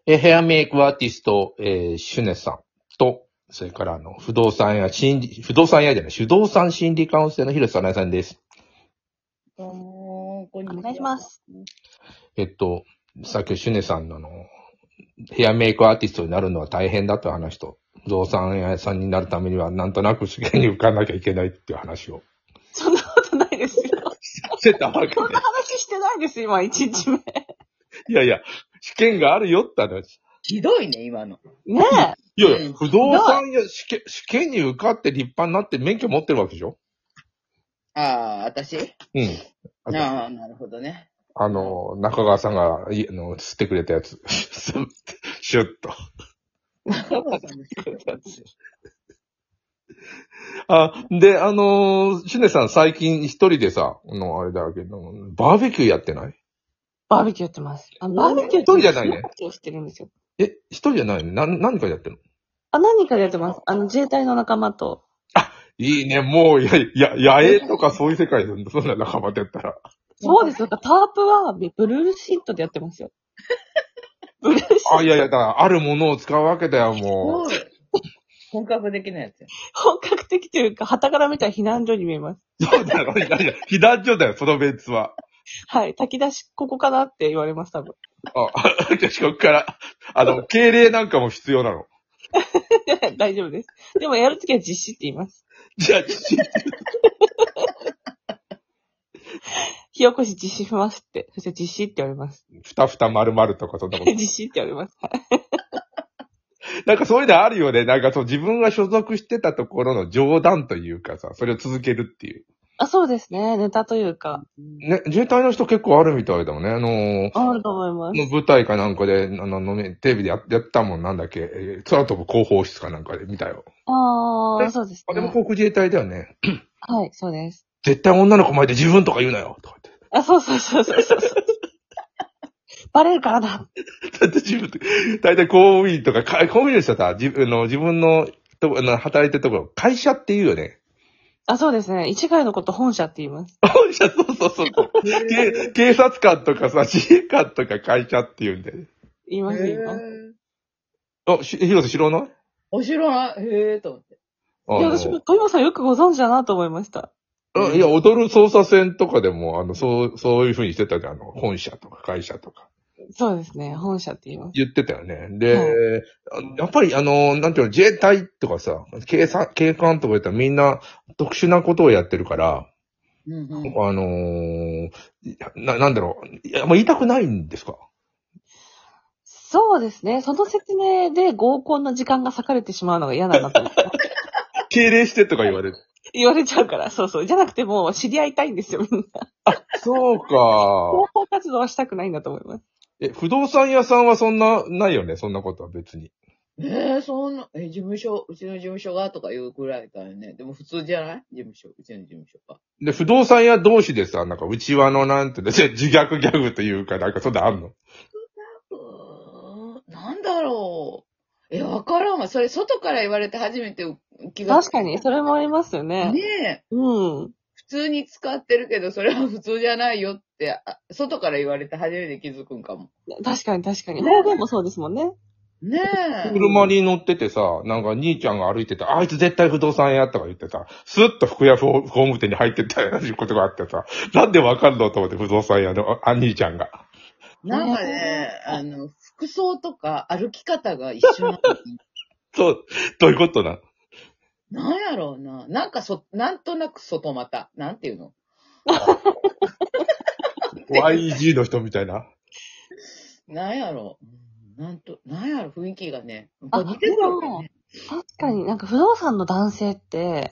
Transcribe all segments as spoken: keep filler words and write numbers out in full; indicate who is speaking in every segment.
Speaker 1: え、ヘアメイクアーティスト、えー、シュネさんと、それからあの、不動産屋、心理、不動産屋じゃない、不動産心理カウンセラーの広瀬さなえさんです。
Speaker 2: どうも、こんにちは。
Speaker 3: お願いします。
Speaker 1: えっと、さっきシュネさんのあの、ヘアメイクアーティストになるのは大変だという話と、不動産屋さんになるためにはなんとなく試験に受かんなきゃいけないっていう話を
Speaker 3: そんなことないですよ。
Speaker 1: してたわけ
Speaker 3: そんな
Speaker 1: で。
Speaker 3: 話してないです、今、一日目。
Speaker 1: いやいや、試験があるよって話。
Speaker 2: ひどいね、今の。
Speaker 3: ねえ。
Speaker 1: いやいや、不動産屋試験、試験に受かって立派になって免許持ってるわけでしょ？
Speaker 2: ああ、私
Speaker 1: うん。
Speaker 2: ああ、なるほどね。
Speaker 1: あの、中川さんが、いあの、吸ってくれたやつ。シュッと。
Speaker 2: 中川さんの知ってるやつ。
Speaker 1: あ、で、あのー、シュネさん最近一人でさ、あの、あれだけど、バーベキューやってない？
Speaker 3: バーベキューやってます。あのバーベキュー
Speaker 1: 一人じゃないね。
Speaker 3: をしてるんですよ。
Speaker 1: え、一人じゃないの？な、何かやってるの？
Speaker 3: あ、何人かでやってます。あの、自衛隊の仲間と。
Speaker 1: いいね、もう、や、や、野営とかそういう世界で、そんな仲間でやったら。
Speaker 3: そうです。タープはブルーシートでやってますよ。ブルーシート。
Speaker 1: あ、いやいや、だから、あるものを使うわけだよ、もう。
Speaker 2: 本格的なやつや。
Speaker 3: 本格的というか、旗から見たら避難所に見えます。
Speaker 1: そうだよ、いやいや、避難所だよ、そのベンツは。
Speaker 3: はい。炊き出し、ここかなって言われます、多分。
Speaker 1: あ、じゃあ、ここから、あの、敬礼なんかも必要なの。
Speaker 3: 大丈夫です。でもやるときは実施って言います。
Speaker 1: じゃあ、実施。
Speaker 3: 火起こし実施しますって。そして実施って言われます。
Speaker 1: ふたふた丸々とかそんなこと。
Speaker 3: 実施って言われます。
Speaker 1: なんかそういうのあるよね。なんかそう自分が所属してたところの冗談というかさ、それを続けるっていう。
Speaker 3: あ、そうですね。ネタというか。
Speaker 1: ね、自衛隊の人結構あるみたいだもんね。あのー、
Speaker 3: あると思います。
Speaker 1: の舞台かなんかで、あの、のテレビでややったもんなんだっけ、えー、空飛ぶ広報室かなんかで見たよ。
Speaker 3: ああ、そうです
Speaker 1: あれも
Speaker 3: ね。
Speaker 1: 航空自衛隊だよね。
Speaker 3: はい、そうです。
Speaker 1: 絶対女の子前で自分とか言うなよとか言って。
Speaker 3: あ、そうそうそうそうそう。バレるからだ。
Speaker 1: だって自分って、大体公務員とか、か公務員の人はさ、自分の、自分のと、あの、働いてるところ、会社って言うよね。
Speaker 3: あ、そうですね。一概のこと本社って言います。
Speaker 1: 本社、そうそうそうそう。警警察官とかさ、自衛官とか会社って言うんだよね。
Speaker 3: 言います、言います。
Speaker 1: あ、し、広瀬知らない？
Speaker 2: お城は、へえーと思って。
Speaker 1: あの
Speaker 3: いや、私も、小山さんよくご存知だなと思いました。
Speaker 1: あいや、踊る捜査線とかでも、あの、そう、そういう風にしてたじゃん。あの、本社とか会社とか。
Speaker 3: そうですね。本社って言います。
Speaker 1: 言ってたよね。で、
Speaker 3: はい
Speaker 1: やっぱりあの、なんていうの、自衛隊とかさ、警察、警官とか言ったらみんな特殊なことをやってるから、
Speaker 2: うんうん、
Speaker 1: あのー、な、なんだろう。いや、もう言いたくないんですか？
Speaker 3: そうですね。その説明で合コンの時間が割かれてしまうのが嫌だなと思って。
Speaker 1: 敬礼してとか言われる。
Speaker 3: 言われちゃうから、そうそう。じゃなくてもう知り合いたいんですよ、みんな。
Speaker 1: そうか。
Speaker 3: 広報活動はしたくないんだと思います。
Speaker 1: え、不動産屋さんはそんな、ないよね、そんなことは別に。
Speaker 2: えー、そんな、え、事務所、うちの事務所がとか言うくらいだよね。でも普通じゃない事務所、うちの事務所が。
Speaker 1: で、不動産屋同士でさ、なんか、内輪のなんていうの、自虐ギャグというか、なんか、そんなあんの？
Speaker 2: うーん、なんだろう。え、わからんわ。それ、外から言われて初めて気がつ
Speaker 3: 確かに、それもありますよね。
Speaker 2: ねえ。
Speaker 3: うん。
Speaker 2: 普通に使ってるけど、それは普通じゃないよって、あ外から言われて初めて気づくんかも。
Speaker 3: 確かに確かに。方言もそうですもんね。
Speaker 2: ねえ。
Speaker 1: 車に乗っててさ、なんか兄ちゃんが歩いてて、あいつ絶対不動産屋とか言ってさ、スッと福屋工務店に入ってったようなことがあってさ、なんでわかんのと思って不動産屋のあ兄ちゃんが。
Speaker 2: なんかね、あの、服装とか歩き方が一緒なの。
Speaker 1: そう、どういうことな？
Speaker 2: なんやろうな。なんかそ、なんとなく外股。なんていうの？
Speaker 1: ワイジー の人みたいな。
Speaker 2: なんやろう。うんなんと、なんやろ、雰囲気がね。
Speaker 3: あ、
Speaker 2: 似てるよね。
Speaker 3: 確かになんか不動産の男性って、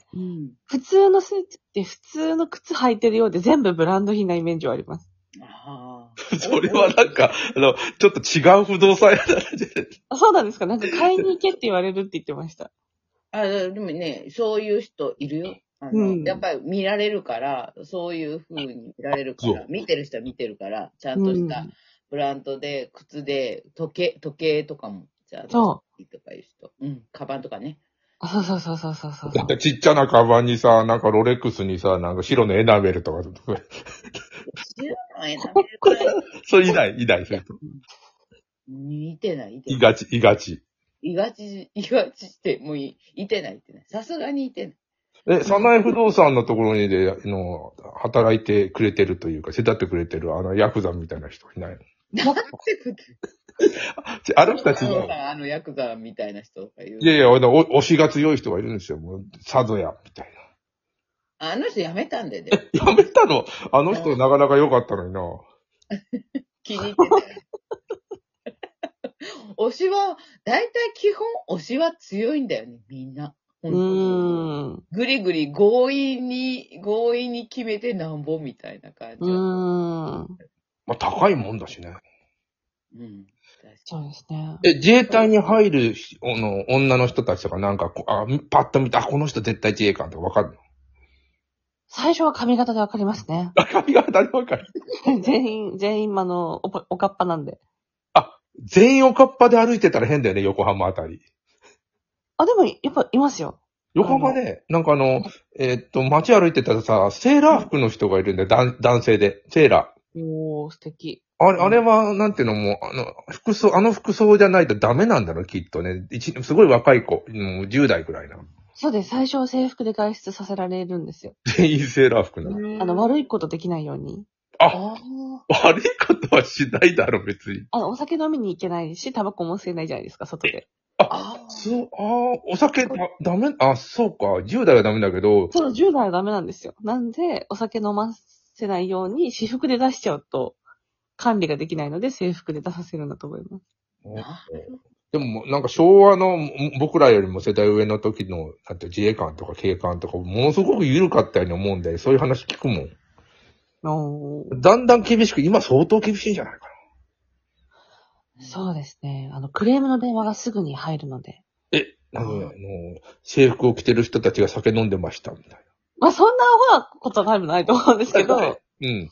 Speaker 2: うん。
Speaker 3: 普通のスーツって普通の靴履いてるようで全部ブランド品なイメージはあります。
Speaker 2: ああ。
Speaker 1: それはなんか、あの、ちょっと違う不動産屋だな。
Speaker 3: あ、そうなんですか？なんか買いに行けって言われるって言ってました。
Speaker 2: あ、でもね、そういう人いるよ。あの、
Speaker 3: うん
Speaker 2: やっぱり見られるから、そういう風に見られるか
Speaker 1: そう
Speaker 2: ら、見てる人は見てるから、ちゃんとしたブランドで、靴で、時計、時計とかも、ちゃんといいとかいう人。うん、カバンとかね。
Speaker 3: あ、そうそうそうそうそうそう
Speaker 1: だってちっちゃなカバンにさ、なんかロレックスにさ、なんか白のエナメルとか、
Speaker 2: 白のエナメルくらい。
Speaker 1: それいない、いない、そういう人。
Speaker 2: 似てない、似てない。
Speaker 1: いがち、いがち。
Speaker 2: いがち、いがちして、もうい、いてない、いてない。さすがにいてない。
Speaker 1: え、サナエ不動産のところにで、の、働いてくれてるというか、手伝ってくれてる、あの、ヤクザみたいな人いないの？
Speaker 2: なんてこと
Speaker 1: ちあの人たちの、
Speaker 2: あのヤクザみたいな人とか言う。
Speaker 1: いやいや、お推しが強い人がいるんですよ。もう、さぞや、みたい
Speaker 2: あの人辞めたんでね。
Speaker 1: な。やめたの？あの人なかなか良かったのにな。
Speaker 2: 気に入ってたよ。推しは、だいたい基本推しは強いんだよね、みんな。
Speaker 3: うーん。
Speaker 2: ぐりぐり強引に、強引に決めてなんぼみたいな感じ。
Speaker 3: うーん。
Speaker 1: まあ、高いもんだしね。
Speaker 2: うん。
Speaker 3: そうですね。
Speaker 1: え、自衛隊に入る、あの、女の人たちとかなんか、あ、パッと見て、あ、この人絶対自衛官とかわかるの？
Speaker 3: 最初は髪型でわかりますね。
Speaker 1: あ、髪型でわかる。
Speaker 3: 全員、全員、あの、おぱ、おかっぱなんで。
Speaker 1: あ、全員おかっぱで歩いてたら変だよね、横浜あたり。
Speaker 3: あ、でも、やっぱいますよ。
Speaker 1: 横浜ね、なんかあの、えーっと、街歩いてたらさ、セーラー服の人がいるんだよ、男男性で。セーラー。
Speaker 3: おー、素敵。
Speaker 1: あれ、あれは、なんていうのも、あの、服装、あの服装じゃないとダメなんだろう、きっとね。一、すごい若い子、もうじゅう代くらいな。
Speaker 3: そうです。最初は制服で外出させられるんですよ。
Speaker 1: 全員セーラー服なの。
Speaker 3: あの、悪いことできないように。
Speaker 1: あ、
Speaker 2: あ
Speaker 1: 悪いことはしないだろ、別に。
Speaker 3: あの、お酒飲みに行けないし、タバコも吸えないじゃないですか、外で。
Speaker 1: あ、そう、ああ、お酒だ、ダメ、あ、そうか、じゅう代はダメだけど、
Speaker 3: そう、じゅう代はダメなんですよ。なんで、お酒飲ませないように、私服で出しちゃうと、管理ができないので、制服で出させるんだと思います。
Speaker 2: あ。
Speaker 1: でも、なんか昭和の僕らよりも世代上の時の、だって自衛官とか警官とか、ものすごく緩かったように思うんで、そういう話聞くもん。
Speaker 3: おー。
Speaker 1: だんだん厳しく、今相当厳しいんじゃないか
Speaker 3: そうですね。あの、クレームの電話がすぐに入るので。
Speaker 1: な。え、なんか、あの、制服を着てる人たちが酒飲んでました、みたい
Speaker 3: まあ、そんなアホなことは多分ないと思うんですけど、
Speaker 1: な。うん。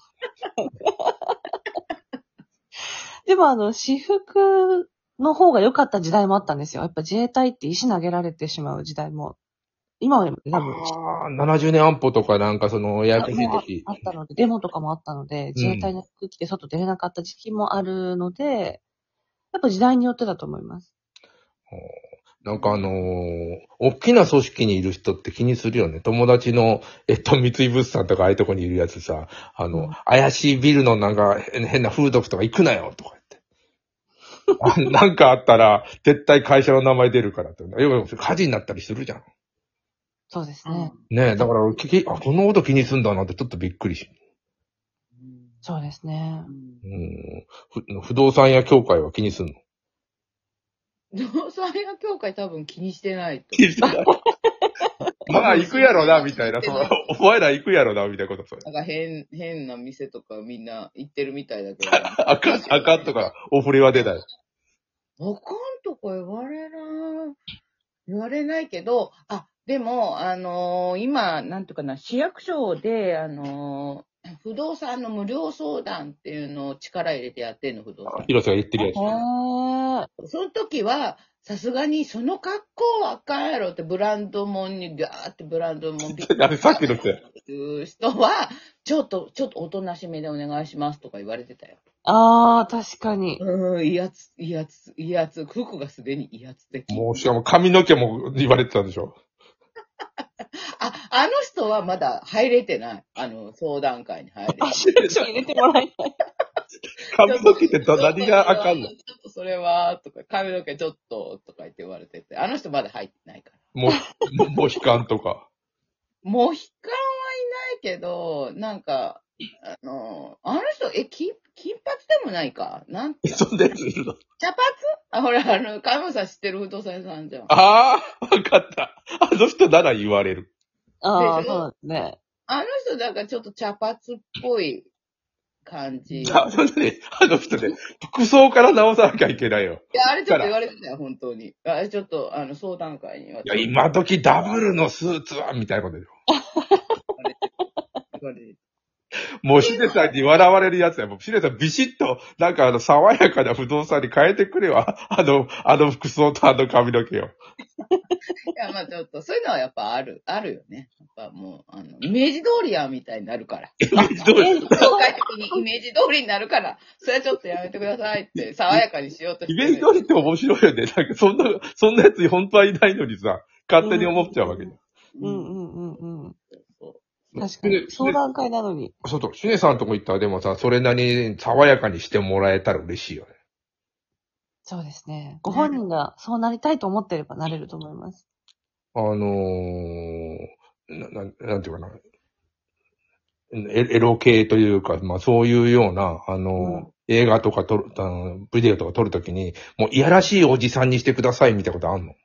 Speaker 3: でもあの、私服の方が良かった時代もあったんですよ。やっぱ自衛隊って石投げられてしまう時代も、今は多分、
Speaker 1: ああ、ななじゅうねん安保とかなんかその、ややこしい
Speaker 3: あ
Speaker 1: 時。
Speaker 3: あったので、デモとかもあったので、自衛隊の服着て外出れなかった時期もあるので、やっぱ時代によってだと思います。
Speaker 1: なんかあのー、大きな組織にいる人って気にするよね。友達の、えっと、三井物産とかああいうとこにいるやつさ、あの、
Speaker 3: うん
Speaker 1: 怪しいビルのなんか変変な風俗とか行くなよとか言って。あなんかあったら、絶対会社の名前出るからって。要は火事になったりするじゃん。
Speaker 3: そうですね。
Speaker 1: ねえ、だから、ききあ、このこと気にすんだなってちょっとびっくりし。
Speaker 3: そうですね。
Speaker 1: うん。ふ不動産屋協会は気にすんの？
Speaker 2: 不動産屋協会多分気にしてないと。
Speaker 1: 気にしてない。まあ、行くやろな、みたいな。そのお前ら行くやろな、みたいなこと。それ
Speaker 2: なんか変、変な店とかみんな行ってるみたいだけど。
Speaker 1: あかん、あかんとか、お触れは出ない。
Speaker 2: あかんとか言われな、言われないけど、あ、でも、あのー今、なんとかな、市役所で、あのー不動産の無料相談っていうのを力入れてやってんの、不動産。
Speaker 1: 広瀬が言ってるやつ。
Speaker 3: へー。
Speaker 2: その時は、さすがにその格好はあかんやろって、ブランドもんにガーってブランドもんびっくり
Speaker 1: あれ、さっきの人や。
Speaker 2: いう人は、ちょっと、ちょっとおとなしめでお願いしますとか言われてたよ。
Speaker 3: あー、確かに。
Speaker 2: うん、威圧、威圧、威圧、服がすでに威圧的。
Speaker 1: もう、しかも髪の毛も言われてたんでしょ。
Speaker 2: あ、あの人はまだ入れてない。あの、相談会に入れてない。
Speaker 3: 入れてもらいたい。
Speaker 1: 髪の毛ってど何があかんの？
Speaker 2: ちょっとそれは、とか、髪の毛ちょっと、とか言って言われてて、あの人まだ入ってないから。
Speaker 1: もう、もう悲観とか。
Speaker 2: モヒカンはいないけど、なんか、あの、あの人、え、金、金髪でもないかなんて。
Speaker 1: そんなやついるの？
Speaker 2: 茶髪あ、ほら、あの、カムさん知ってる不動産屋さんじゃん。
Speaker 1: ああ、わかった。あの人なら言われる。
Speaker 3: あー、
Speaker 2: でしょ
Speaker 3: そうですね。
Speaker 2: あの人、なんかちょっと茶髪っぽい感じ。い
Speaker 1: あのね、あの人ね、服装から直さなきゃいけないよ。
Speaker 2: や、あれちょっと言われてたよ、本当に。あれちょっと、あの、相談会には。
Speaker 1: いや、今時ダブルのスーツは、みたいなことでしょ。
Speaker 2: 言われて
Speaker 1: もうシネさんに笑われるやつや。もうシネさんビシッと、なんかあの、爽やかな不動産に変えてくれわ。あの、あの服装とあの髪の毛を。
Speaker 2: いや、まあちょっと、そういうのはやっぱある、あるよね。やっぱもう、あの、イメージ通りや、みたいになるから。
Speaker 1: イメージ通り。
Speaker 2: 業界的にイメージ通りになるから、それはちょっとやめてくださいって、爽やかにしようとしてる。
Speaker 1: イメージ通りって面白いよね。なんかそんな、そんなやつ本当はいないのにさ、勝手に思っちゃうわけじゃん。
Speaker 3: うんうんうんうん。
Speaker 2: そう
Speaker 3: 確かに。相談会なのに。
Speaker 1: そうそう、シュネさんとこ行ったらでもさ、それなりに爽やかにしてもらえたら嬉しいよね。
Speaker 3: そうですね。ご本人がそうなりたいと思ってればなれると思います。
Speaker 1: あのー、な、ななんていうかな。エエロ系というか、まあそういうような、あのー
Speaker 3: うん
Speaker 1: 映画とか撮る、あの、ビデオとか撮るときに、もういやらしいおじさんにしてくださいみたいなことあんの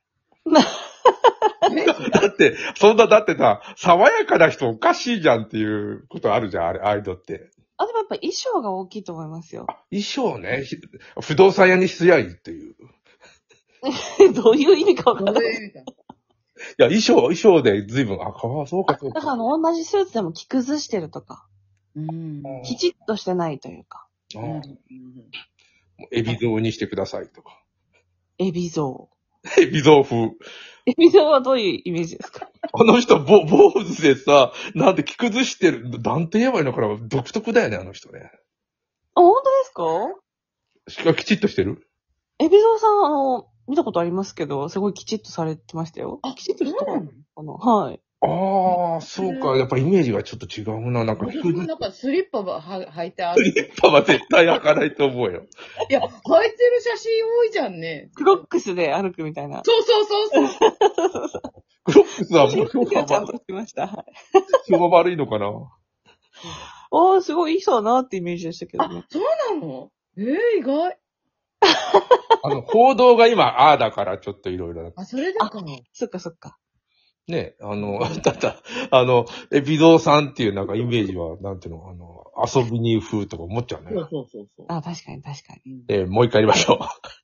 Speaker 1: だって、そんな、だってさ、爽やかな人おかしいじゃんっていうことあるじゃん、あれ、アイドルって。
Speaker 3: あ、でもやっぱ衣装が大きいと思いますよ。
Speaker 1: 衣装ね、ひ不動産屋にすりゃいいっていう。
Speaker 3: どういう意味かわから
Speaker 2: どう
Speaker 3: ない。
Speaker 2: いう意味か。
Speaker 1: いや、衣装、衣装で随分、あ、かわそうか、そうか。
Speaker 3: だからあの、同じスーツでも着崩してるとか、
Speaker 2: うん。
Speaker 3: きちっとしてないというか、
Speaker 1: ああ
Speaker 2: うん。
Speaker 1: エビゾウにしてくださいとか。
Speaker 3: エビゾ
Speaker 1: エビゾウ風。
Speaker 3: ウ。エビゾウはどういうイメージですか？
Speaker 1: あの人、ぼ、坊主でさ、なんで着崩してる、なんて言えばいいのかな、独特だよね、あの人ね。
Speaker 3: あ、本当ですか？
Speaker 1: しかきちっとしてる。
Speaker 3: エビゾウさん、あの、見たことありますけど、すごいきちっとされてましたよ。
Speaker 2: あ、
Speaker 3: きちっとしてた
Speaker 2: そうなの？
Speaker 3: かな？はい。
Speaker 1: ああ、そうか。やっぱイメージがちょっと違うな。なんか着
Speaker 2: 私も
Speaker 1: 崩し
Speaker 2: なんかスリッパばは履いて歩いて。
Speaker 1: リッパは絶対開かないと思うよ。
Speaker 2: いや、履いてる写真多いじゃんね。
Speaker 3: クロックスで歩くみたいな。
Speaker 2: そうそうそうそう。
Speaker 1: クロックスはもう評
Speaker 3: ちゃ
Speaker 1: 価
Speaker 3: んとしてました。はい。
Speaker 1: 評判悪いのかな。
Speaker 3: おー、すごいいい人だなってイメージでしたけど
Speaker 2: あ
Speaker 3: ね。、
Speaker 2: そうなの？ええー、意外。
Speaker 1: あの、報道が今、ああだからちょっといろいろ。
Speaker 2: あ、それだか。
Speaker 3: そっかそっか。
Speaker 1: ね、あの、ただ、あの、エビゾウさんっていうなんかイメージは、なんていうの、あの、遊びに風とか思っちゃうね。
Speaker 2: そうそうそうそう。
Speaker 3: あ、確かに確かに。
Speaker 2: うん
Speaker 1: えーもう一回やりましょう。